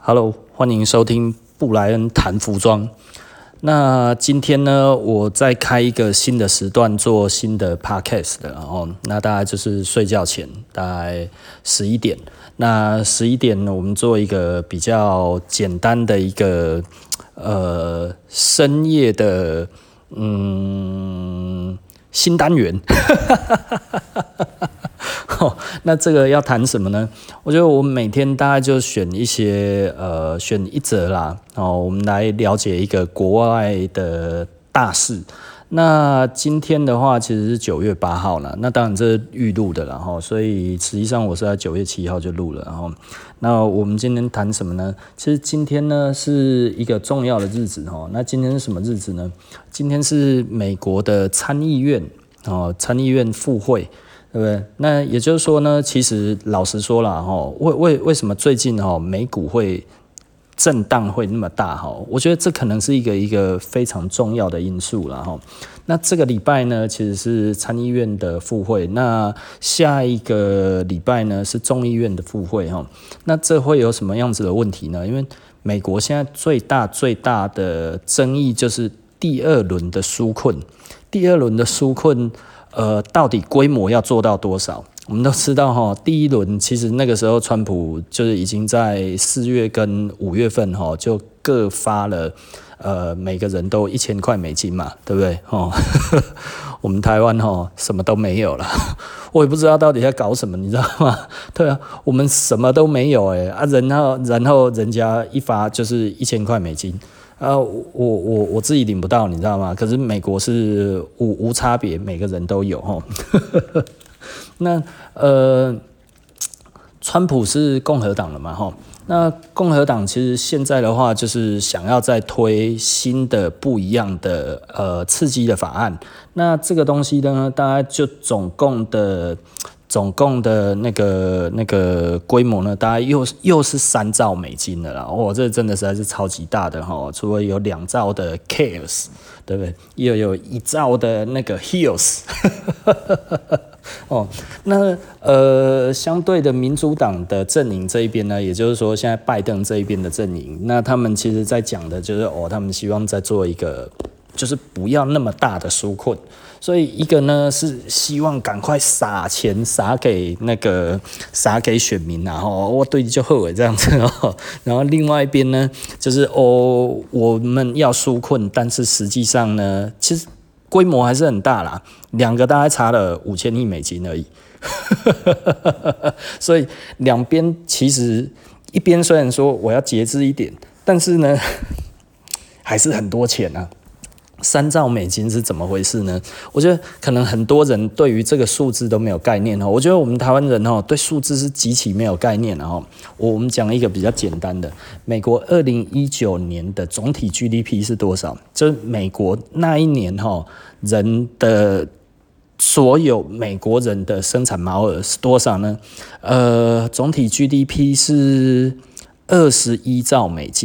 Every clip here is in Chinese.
Hello，欢迎收听布莱恩谈服装。那今天呢，我再开一个新的时段做新的 podcast 的，那大概就是睡觉前，大概11点。那11点呢，我们做一个比较简单的一个深夜的新单元。那这个要谈什么呢？我觉得我们每天大概就选一些选一则啦，我们来了解一个国外的大事。那今天的话其实是9月8号啦，那当然这是预录的啦，所以实际上我是在9月7号就录了。那我们今天谈什么呢？其实今天呢是一个重要的日子。那今天是什么日子呢？今天是美国的参议院复会，对不对？那也就是说呢，其实老实说啦，为什么最近美股会震荡会那么大？我觉得这可能是一个非常重要的因素啦。那这个礼拜呢，其实是参议院的复会，那下一个礼拜呢是众议院的复会。那这会有什么样子的问题呢？因为美国现在最大的争议就是第二轮的纾困。第二轮的纾困到底规模要做到多少？我们都知道第一轮其实那个时候川普就是已经在4月跟5月份就各发了每个人都$1000嘛，对不对？我们台湾什么都没有了，我也不知道到底在搞什么，你知道吗？对啊，我们什么都没有然后人家一发就是$1000。我自己领不到，你知道吗？可是美国是无差别，每个人都有那川普是共和党的嘛那共和党其实现在的话，就是想要再推新的不一样的刺激的法案。那这个东西呢，大概就总共的那个规模呢，大概又是$3兆的啦。这真的实在是超级大的除了有2兆的 CARES， 对不对？又有1兆的那个 HEALS。那相对的民主党的阵营这一边呢，也就是说现在拜登这一边的阵营，那他们其实在讲的就是他们希望再做一个就是不要那么大的纾困。所以一个呢是希望赶快撒钱撒给选民我对你就好这样子然后另外一边呢就是我们要纾困，但是实际上呢其实规模还是很大啦，两个大概差了$5000亿而已所以两边其实一边虽然说我要节制一点，但是呢还是很多钱啊。$3兆是怎么回事呢？我觉得可能很多人对于这个数字都没有概念我觉得我们台湾人对数字是极其没有概念的我们讲一个比较简单的，美国2019年的总体 GDP 是多少？就是美国那一年人的所有美国人的生产毛额是多少呢？总体 GDP 是$21兆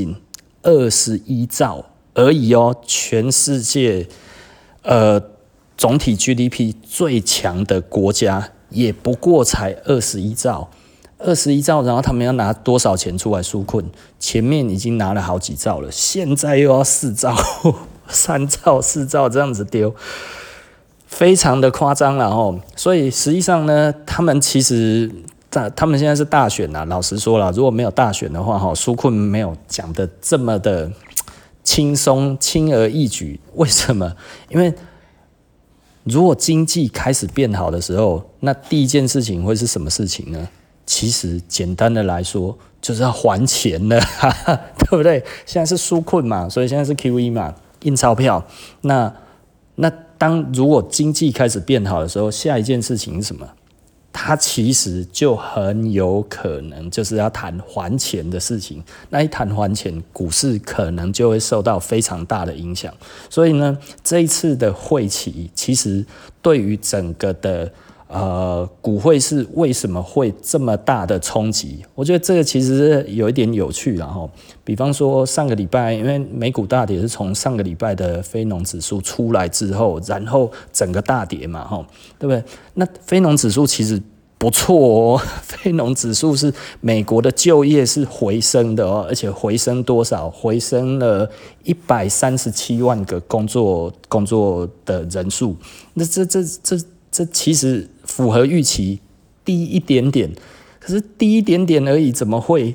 ，21兆。而已全世界总体 GDP 最强的国家也不过才21兆，然后他们要拿多少钱出来纾困？前面已经拿了好几兆了，现在又要4兆、3兆、4兆这样子丢，非常的夸张了所以实际上呢，他们其实他们现在是大选啦，老实说啦，如果没有大选的话纾困没有讲的这么的轻松轻而易举。为什么？因为如果经济开始变好的时候，那第一件事情会是什么事情呢？其实简单的来说就是要还钱了对不对？现在是纾困嘛，所以现在是 QE 嘛，印钞票。那如果经济开始变好的时候，下一件事情是什么？它其实就很有可能就是要谈还钱的事情，那一谈还钱，股市可能就会受到非常大的影响。所以呢，这一次的会期其实对于整个的股汇市为什么会这么大的冲击？我觉得这个其实有一点有趣啦比方说上个礼拜，因为美股大跌是从上个礼拜的非农指数出来之后，然后整个大跌嘛对不对？那非农指数其实不错哦，非农指数是美国的就业是回升的哦，而且回升多少？回升了137万个工作的人数。那这其实符合预期，低一点点，可是低一点点而已，怎么会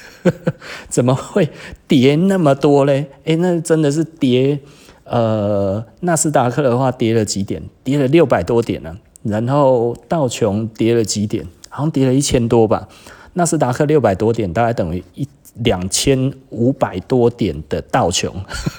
跌那么多嘞？那真的是跌。纳斯达克的话跌了几点？跌了600多点呢。然后道琼跌了几点？好像跌了1000多吧。纳斯达克600多点，大概等于2500多点的道琼。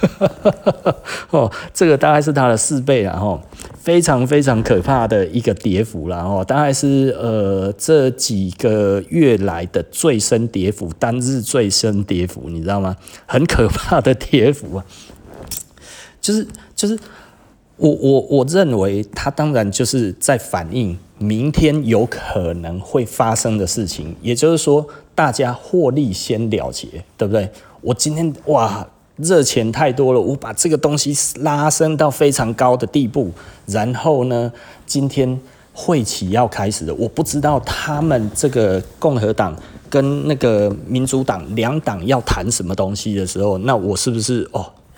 这个大概是它的4倍啦，非常非常可怕的一个跌幅啦，大概是这几个月来的最深跌幅，单日最深跌幅，你知道吗？很可怕的跌幅啊！就是我认为它当然就是在反映明天有可能会发生的事情，也就是说大家获利先了结，对不对？我今天热钱太多了，我把这个东西拉升到非常高的地步，然后呢，今天会期要开始了，我不知道他们这个共和党跟那个民主党两党要谈什么东西的时候，那我是不是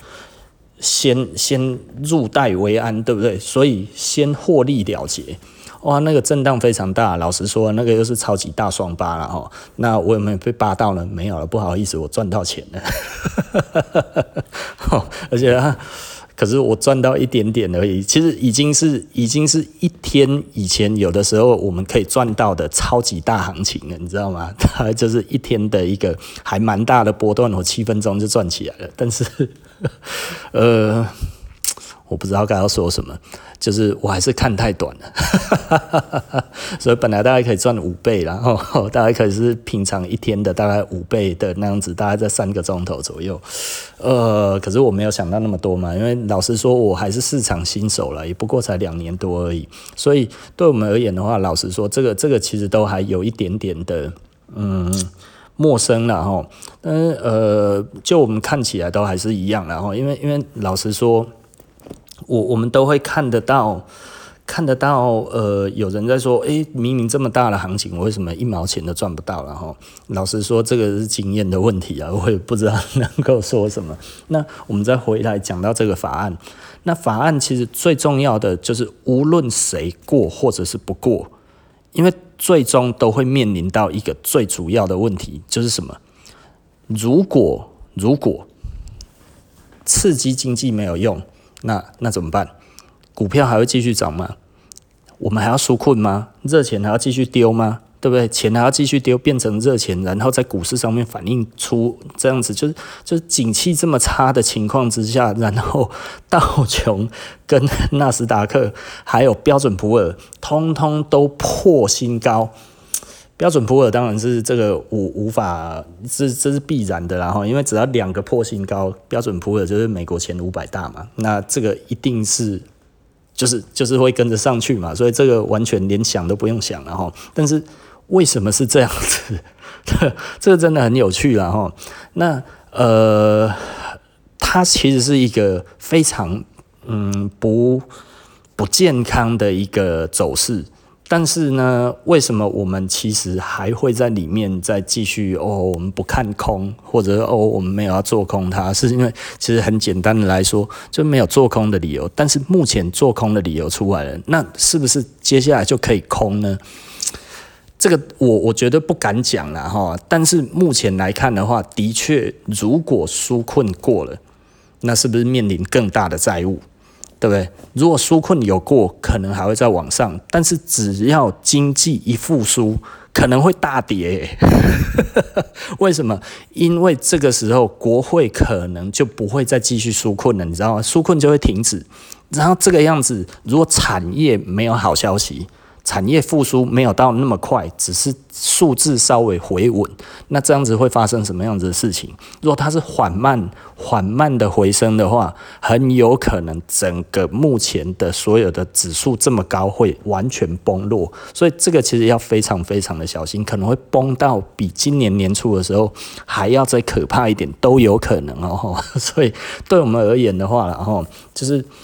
先入袋为安，对不对？所以先获利了结。那个震荡非常大，老实说，那个又是超级大双八了那我有没有被扒到呢？没有了，不好意思，我赚到钱了。而且可是我赚到一点点而已，其实已经是一天以前有的时候我们可以赚到的超级大行情了，你知道吗？大概就是一天的一个还蛮大的波段，我7分钟就赚起来了。但是我不知道该要说什么，就是我还是看太短了，所以本来大概可以赚5倍啦，大概可以是平常一天的大概5倍的那样子，大概在3个钟头左右。可是我没有想到那么多嘛，因为老实说，我还是市场新手啦，也不过才2年多而已，所以对我们而言的话，老实说，这个其实都还有一点点的陌生啦但是就我们看起来都还是一样啦因为老实说。我们都会看得到，有人在说，明明这么大的行情，我为什么1毛钱都赚不到了老实说，这个是经验的问题啊，我也不知道能够说什么。那我们再回来讲到这个法案，那法案其实最重要的就是无论谁过或者是不过，因为最终都会面临到一个最主要的问题，就是什么？如果刺激经济没有用。那怎么办？股票还会继续涨吗？我们还要纾困吗？热钱还要继续丢吗？对不对？钱还要继续丢，变成热钱，然后在股市上面反映出这样子，就是景气这么差的情况之下，然后道琼跟纳斯达克还有标准普尔，通通都破新高。标准普尔当然是这个无法，这是必然的啦因为只要2个破新高，标准普尔就是美国前500大嘛，那这个一定是就是会跟着上去嘛，所以这个完全连想都不用想了但是为什么是这样子？这个真的很有趣啦那它其实是一个非常不健康的一个走势。但是呢，为什么我们其实还会在里面再继续我们不看空，或者我们没有要做空它，是因为其实很简单的来说，就没有做空的理由。但是目前做空的理由出来了，那是不是接下来就可以空呢？这个我绝对不敢讲啦但是目前来看的话，的确，如果纾困过了，那是不是面临更大的债务？对不对？如果纾困有过，可能还会再往上，但是只要经济一复苏，可能会大跌。为什么？因为这个时候国会可能就不会再继续纾困了，你知道吗？纾困就会停止。然后这个样子，如果产业没有好消息，产业复苏没有到那么快，只是数字稍微回稳，那这样子会发生什么样子的事情？如果它是缓慢的回升的话，很有可能整个目前的所有的指数这么高会完全崩落，所以这个其实要非常非常的小心，可能会崩到比今年年初的时候还要再可怕一点，都有可能所以对我们而言的话就是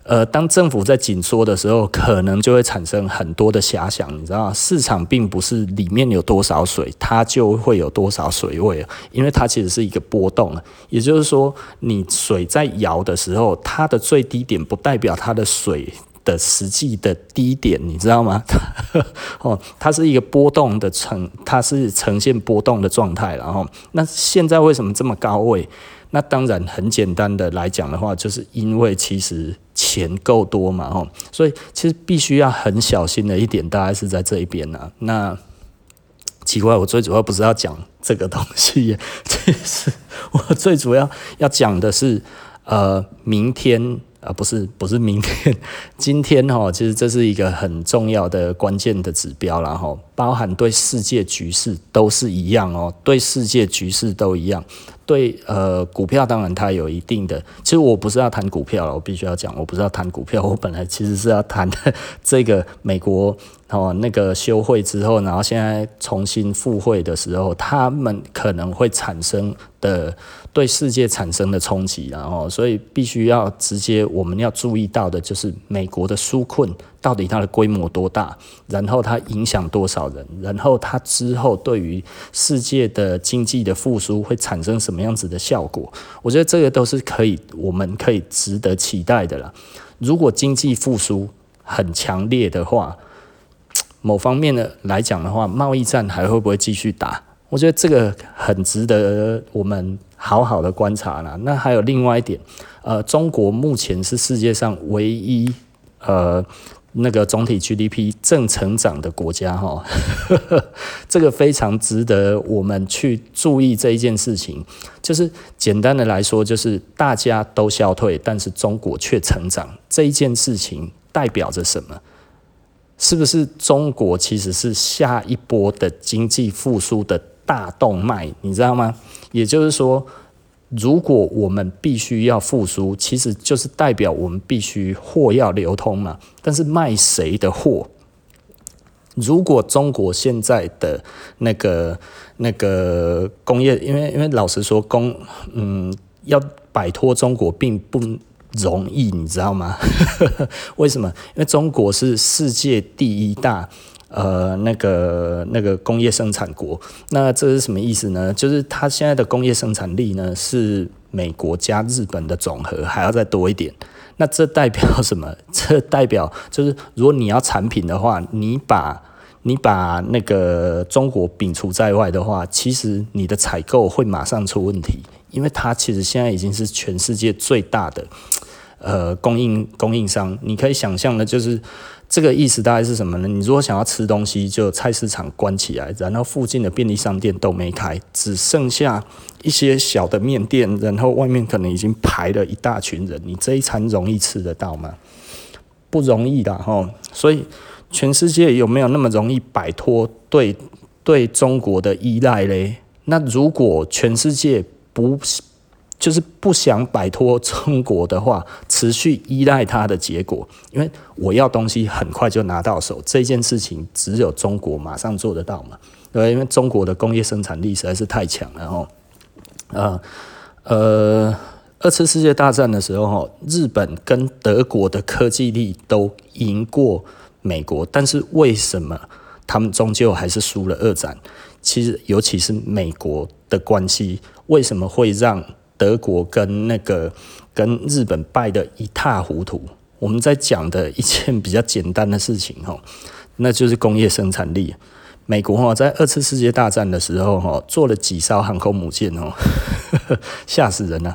当政府在紧缩的时候，可能就会产生很多的遐想，你知道吗？市场并不是里面有多少水，它就会有多少水位，因为它其实是一个波动。也就是说，你水在摇的时候，它的最低点不代表它的水的实际的低点，你知道吗？它是一个波动的它是呈现波动的状态。然后，那现在为什么这么高位？那当然很简单的来讲的话，就是因为其实钱够多嘛，所以其实必须要很小心的一点，大概是在这一边啊。那奇怪，我最主要不是要讲这个东西耶，其实我最主要要讲的是，明天。不是明天，今天其实这是一个很重要的关键的指标啦，包含对世界局势都是一样对世界局势都一样。对股票当然它有一定的，其实我不是要谈股票了，我必须要讲，我不是要谈股票，我本来其实是要谈这个美国那个休会之后，然后现在重新复会的时候，他们可能会产生的对世界产生的冲击，然后所以必须要直接我们要注意到的就是美国的纾困到底它的规模多大，然后它影响多少人，然后它之后对于世界的经济的复苏会产生什么样子的效果，我觉得这个都是我们可以值得期待的啦。如果经济复苏很强烈的话，某方面的来讲的话，贸易战还会不会继续打？我觉得这个很值得我们好好的观察啦。那还有另外一点，中国目前是世界上唯一那个总体 GDP 正成长的国家这个非常值得我们去注意这一件事情。就是简单的来说，就是大家都消退，但是中国却成长，这一件事情代表着什么？是不是中国其实是下一波的经济复苏的大动脉，你知道吗？也就是说，如果我们必须要复苏，其实就是代表我们必须货要流通嘛。但是卖谁的货？如果中国现在的那个工业，因为老实说，要摆脱中国并不容易，你知道吗？为什么？因为中国是世界第一大那个工业生产国。那这是什么意思呢？就是它现在的工业生产力呢是美国加日本的总和还要再多一点。那这代表什么？这代表就是如果你要产品的话，你把那个中国摒除在外的话，其实你的采购会马上出问题，因为它其实现在已经是全世界最大的供应商。你可以想象的就是这个意思大概是什么呢？你如果想要吃东西，就菜市场关起来，然后附近的便利商店都没开，只剩下一些小的面店，然后外面可能已经排了一大群人，你这一餐容易吃得到吗？不容易的所以全世界有没有那么容易摆脱对中国的依赖嘞？那如果全世界不想摆脱中国的话，持续依赖它的结果，因为我要东西很快就拿到手，这件事情只有中国马上做得到嘛？对，因为中国的工业生产力实在是太强了二次世界大战的时候，日本跟德国的科技力都赢过美国，但是为什么他们终究还是输了二战？其实尤其是美国的关系，为什么会让德国跟日本败得一塌糊涂？我们在讲的一件比较简单的事情那就是工业生产力。美国在二次世界大战的时候做了几艘航空母舰吓死人了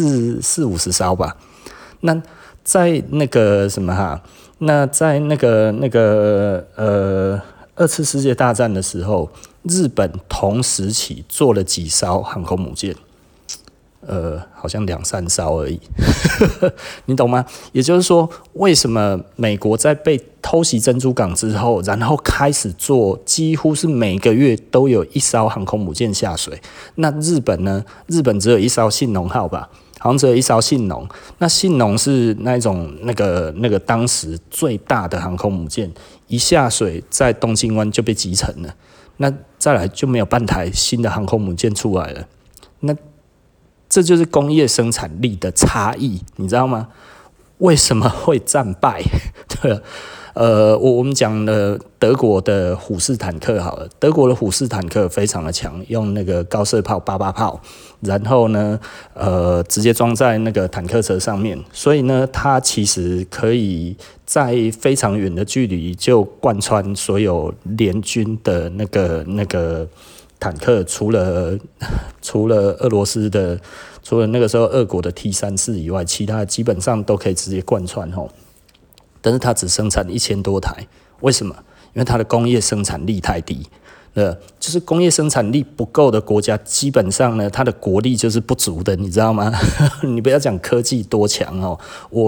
，40-50艘吧。那在那个什么那在那个二次世界大战的时候，日本同时期做了几艘航空母舰？好像2-3艘而已你懂吗？也就是说，为什么美国在被偷袭珍珠港之后，然后开始做几乎是每个月都有一艘航空母舰下水？那日本呢？日本只有一艘信浓号吧，好像只有一艘信浓。那信浓是那种那个当时最大的航空母舰，一下水在东京湾就被击沉了。那再来就没有半台新的航空母舰出来了。那这就是工业生产力的差异，你知道吗？ 为什么会战败？对了，我们讲了德国的虎式坦克好了，德国的虎式坦克非常的强，用那个高射炮88炮，然后呢，直接装在那个坦克车上面，所以呢，它其实可以在非常远的距离就贯穿所有联军的那个坦克，除了俄罗斯的，除了那个时候俄国的 T-34以外，其他基本上都可以直接贯穿吼。但是它只生产1000多台，为什么？因为它的工业生产力太低。就是工业生产力不够的国家，基本上呢，它的国力就是不足的，你知道吗？你不要讲科技多强哦，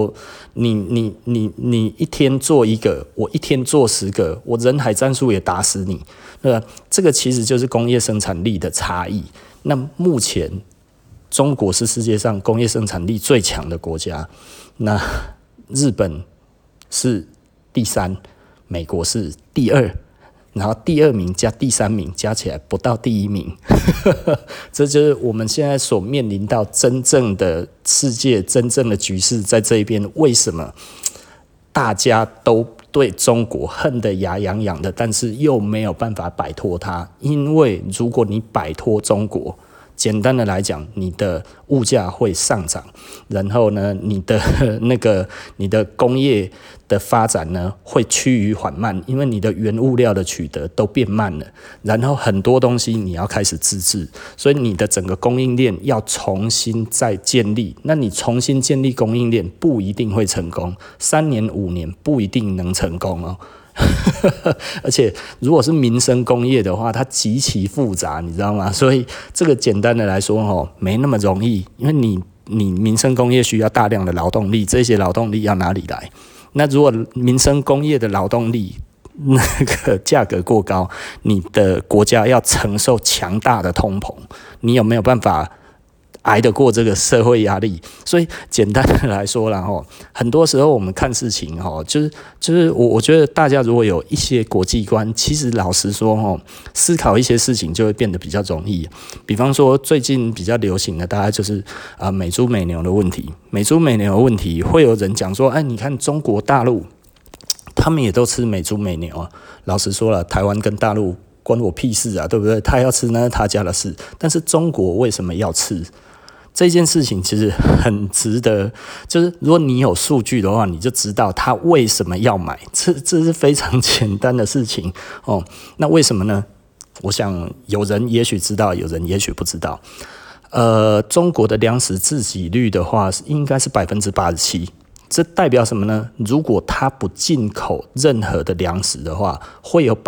你一天做一个，我一天做10个，我人海战术也打死你。这个其实就是工业生产力的差异。那目前中国是世界上工业生产力最强的国家，那日本是第3，美国是第2，然后第2名加第3名加起来不到第1名，这就是我们现在所面临到真正的世界真正的局势在这一边。为什么大家都对中国恨得牙痒痒的，但是又没有办法摆脱它？因为如果你摆脱中国，简单的来讲，你的物价会上涨，然后呢，你的工业的发展呢会趋于缓慢，因为你的原物料的取得都变慢了，然后很多东西你要开始自制，所以你的整个供应链要重新再建立。那你重新建立供应链不一定会成功，3年5年不一定能成功哦。而且如果是民生工业的话，它极其复杂，你知道吗？所以这个简单的来说没那么容易，因为你民生工业需要大量的劳动力，这些劳动力要哪里来？那如果民生工业的劳动力那个价格过高，你的国家要承受强大的通膨，你有没有办法挨得过这个社会压力？所以简单的来说啦，很多时候我们看事情就是我觉得大家如果有一些国际观，其实老实说思考一些事情就会变得比较容易。比方说最近比较流行的大概就是美猪美牛的问题。美猪美牛的问题会有人讲说，你看中国大陆他们也都吃美猪美牛啊。老实说了，台湾跟大陆关我屁事啊，对不对？他要吃那是他家的事，但是中国为什么要吃？这件事情其实很值得，就是如果你有数据的话，你就知道他为什么要买，这是非常简单的事情哦。那为什么呢？我想有人也许知道，有人也许不知道。中国的粮食自给率的话，应该是87%。这代表什么呢？如果它不进口任何的粮食的话，会有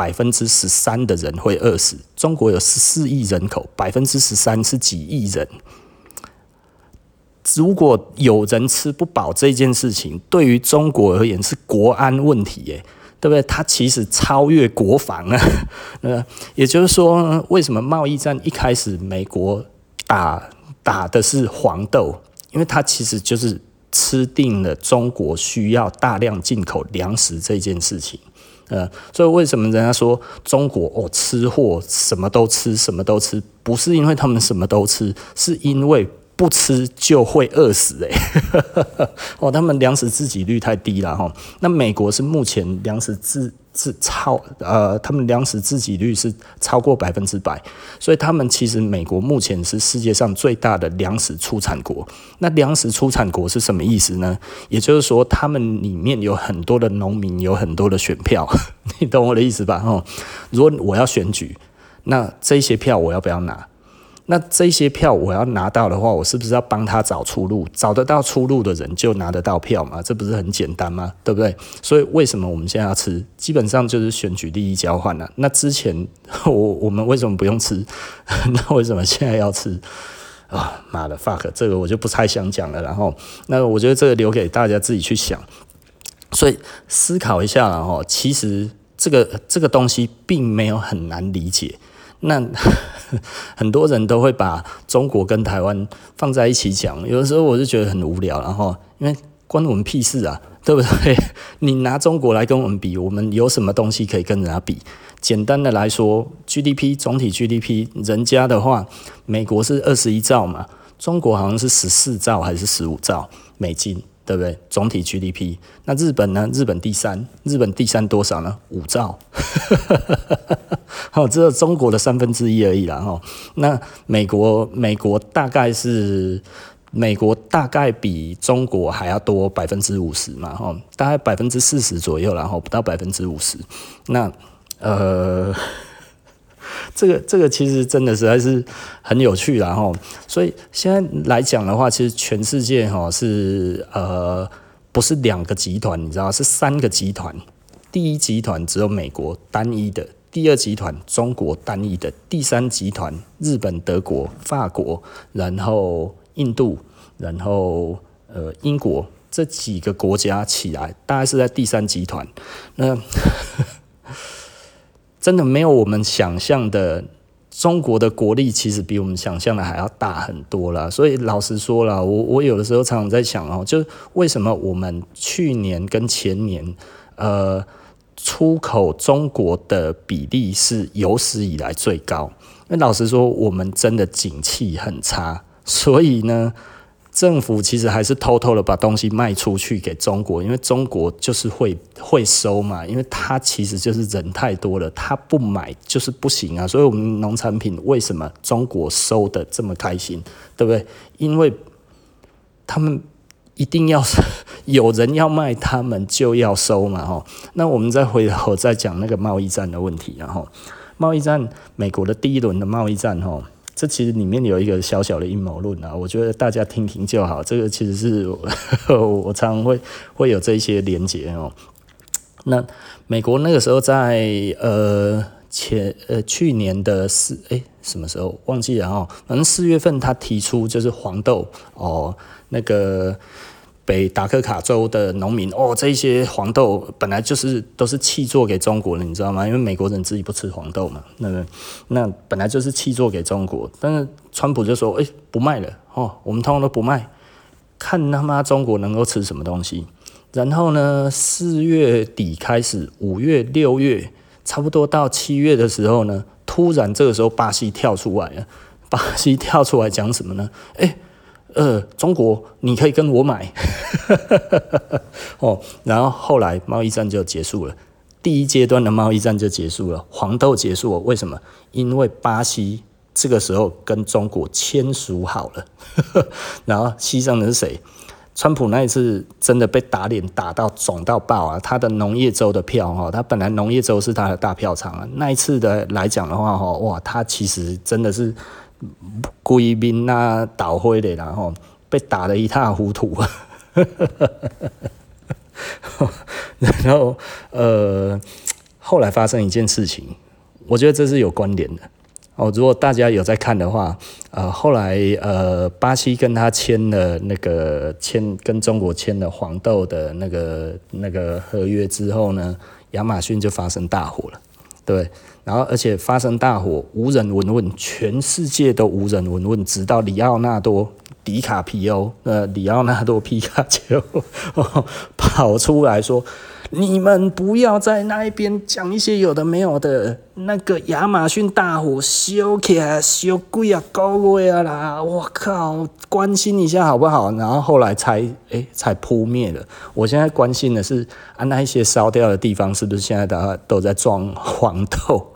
13%的人会饿死。中国有14亿人口，13%是几亿人。如果有人吃不饱这件事情，对于中国而言是国安问题耶，对不对？它其实超越国防啊。也就是说，为什么贸易战一开始美国打的是黄豆？因为它其实就是吃定了中国需要大量进口粮食这件事情。所以为什么人家说中国吃货什么都吃，不是因为他们什么都吃，是因为不吃就会饿死他们粮食自给率太低了那美国是目前粮食他们粮食自给率是超过100%，所以他们其实美国目前是世界上最大的粮食出产国。那粮食出产国是什么意思呢？也就是说，他们里面有很多的农民，有很多的选票，你懂我的意思吧？如果我要选举，那这些票我要不要拿？那这些票我要拿到的话，我是不是要帮他找出路？找得到出路的人就拿得到票嘛，这不是很简单吗？对不对？所以为什么我们现在要吃？基本上就是选举利益交换了。那之前我们为什么不用吃？那为什么现在要吃？妈的 fuck， 这个我就不太想讲了。然后，那我觉得这个留给大家自己去想。所以思考一下啦其实这个东西并没有很难理解。那很多人都会把中国跟台湾放在一起讲，有的时候我就觉得很无聊，因为关我们屁事啊，对不对？你拿中国来跟我们比，我们有什么东西可以跟人家比？简单的来说 ，GDP 总体 GDP， 人家的话，美国是21兆嘛，中国好像是14兆还是15兆美金。 对不对？总体 GDP， 那日本呢？日本第三多少呢？5兆，只有中国的1/3而已啦。那美国大概比中国还要多50%嘛，大概40%左右，然后不到50%。那这个其实真的实在是很有趣啦齁，所以现在来讲的话，其实全世界是不是2个集团，你知道，是3个集团。第一集团只有美国单一的，第二集团中国单一的，第三集团日本、德国、法国，然后印度，然后英国，这几个国家起来，大概是在第三集团。那真的没有我们想象的，中国的国力其实比我们想象的还要大很多啦。所以老实说啦，我有的时候常常在想就为什么我们去年跟前年出口中国的比例是有史以来最高。那老实说，我们真的景气很差，所以呢，政府其实还是偷偷的把东西卖出去给中国，因为中国就是会收嘛，因为它其实就是人太多了，它不买就是不行啊。所以我们农产品为什么中国收的这么开心，对不对？因为他们一定要有人要卖，他们就要收嘛。那我们再回头再讲那个贸易战的问题，然后贸易战，美国的第一轮的贸易战这其实里面有一个小小的阴谋论啊，我觉得大家听听就好。这个其实是我常常会有这一些连结那美国那个时候在去年的什么时候忘记了反正4月份他提出就是黄豆那个北达科卡州的农民这一些黄豆本来都是弃作给中国的，你知道吗？因为美国人自己不吃黄豆嘛，那本来就是弃作给中国，但是川普就说不卖了我们通通都不卖，看他妈中国能够吃什么东西。然后呢，4月底开始，5月、6月，差不多到7月的时候呢，突然这个时候巴西跳出来了。巴西跳出来讲什么呢？中国你可以跟我买然后后来贸易战就结束了，第一阶段的贸易战就结束了，黄豆结束了。为什么？因为巴西这个时候跟中国签署好了然后牺牲的是谁？川普那一次真的被打脸打到肿到爆啊！他的农业州的票他本来农业州是他的大票仓啊，那一次的来讲的话哇，他其实真的是规面倒灰的啦被打得一塌糊涂然后后来发生一件事情，我觉得这是有关联的如果大家有在看的话，后来巴西跟他签了跟中国签了黄豆的那个合约之后呢，亚马逊就发生大火了，对。然后而且发生大火，无人闻问，全世界都无人闻问，直到里奥纳多皮卡丘跑出来说，你们不要在那一边讲一些有的没有的，那个亚马逊大火烧起来烧几啊个月啦，我靠，关心一下好不好？然后后来才扑灭了。我现在关心的是那一些烧掉的地方是不是现在大家都在种黄豆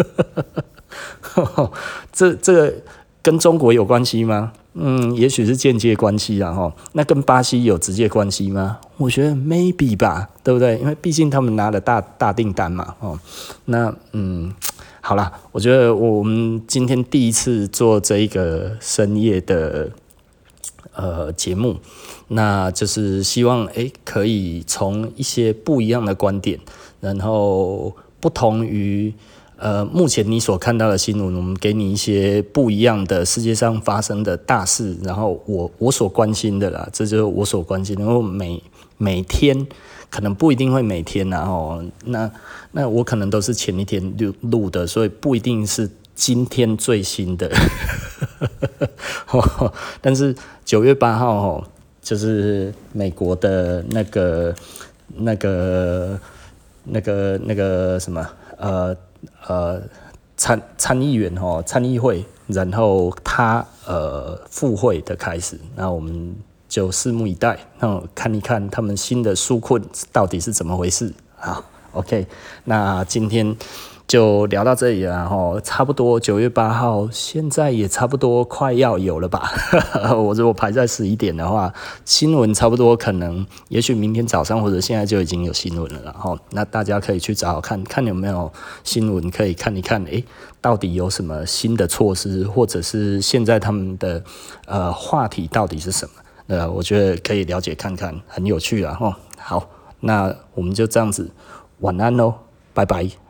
这个跟中国有关系吗？也许是间接关系啦那跟巴西有直接关系吗？我觉得 maybe 吧，对不对？因为毕竟他们拿了大订单嘛那好啦，我觉得我们今天第一次做这一个深夜的节目，那就是希望可以从一些不一样的观点，然后不同于目前你所看到的新闻，我们给你一些不一样的世界上发生的大事，然后我所关心的啦，这就是我所关心的。然后每天可能不一定会每天那我可能都是前一天录的，所以不一定是今天最新的但是9月8号就是美国的那个什么参议员参议会，然后他复会的开始，那我们就拭目以待，看一看他们新的纾困到底是怎么回事。好 ，OK， 那今天就聊到这里了齁，差不多9月8号，现在也差不多快要有了吧？我如果排在11点的话，新闻差不多可能，也许明天早上或者现在就已经有新闻了，然后那大家可以去找看看有没有新闻可以看一看，到底有什么新的措施，或者是现在他们的话题到底是什么？我觉得可以了解看看，很有趣啊齁。好，那我们就这样子，晚安喽，拜拜。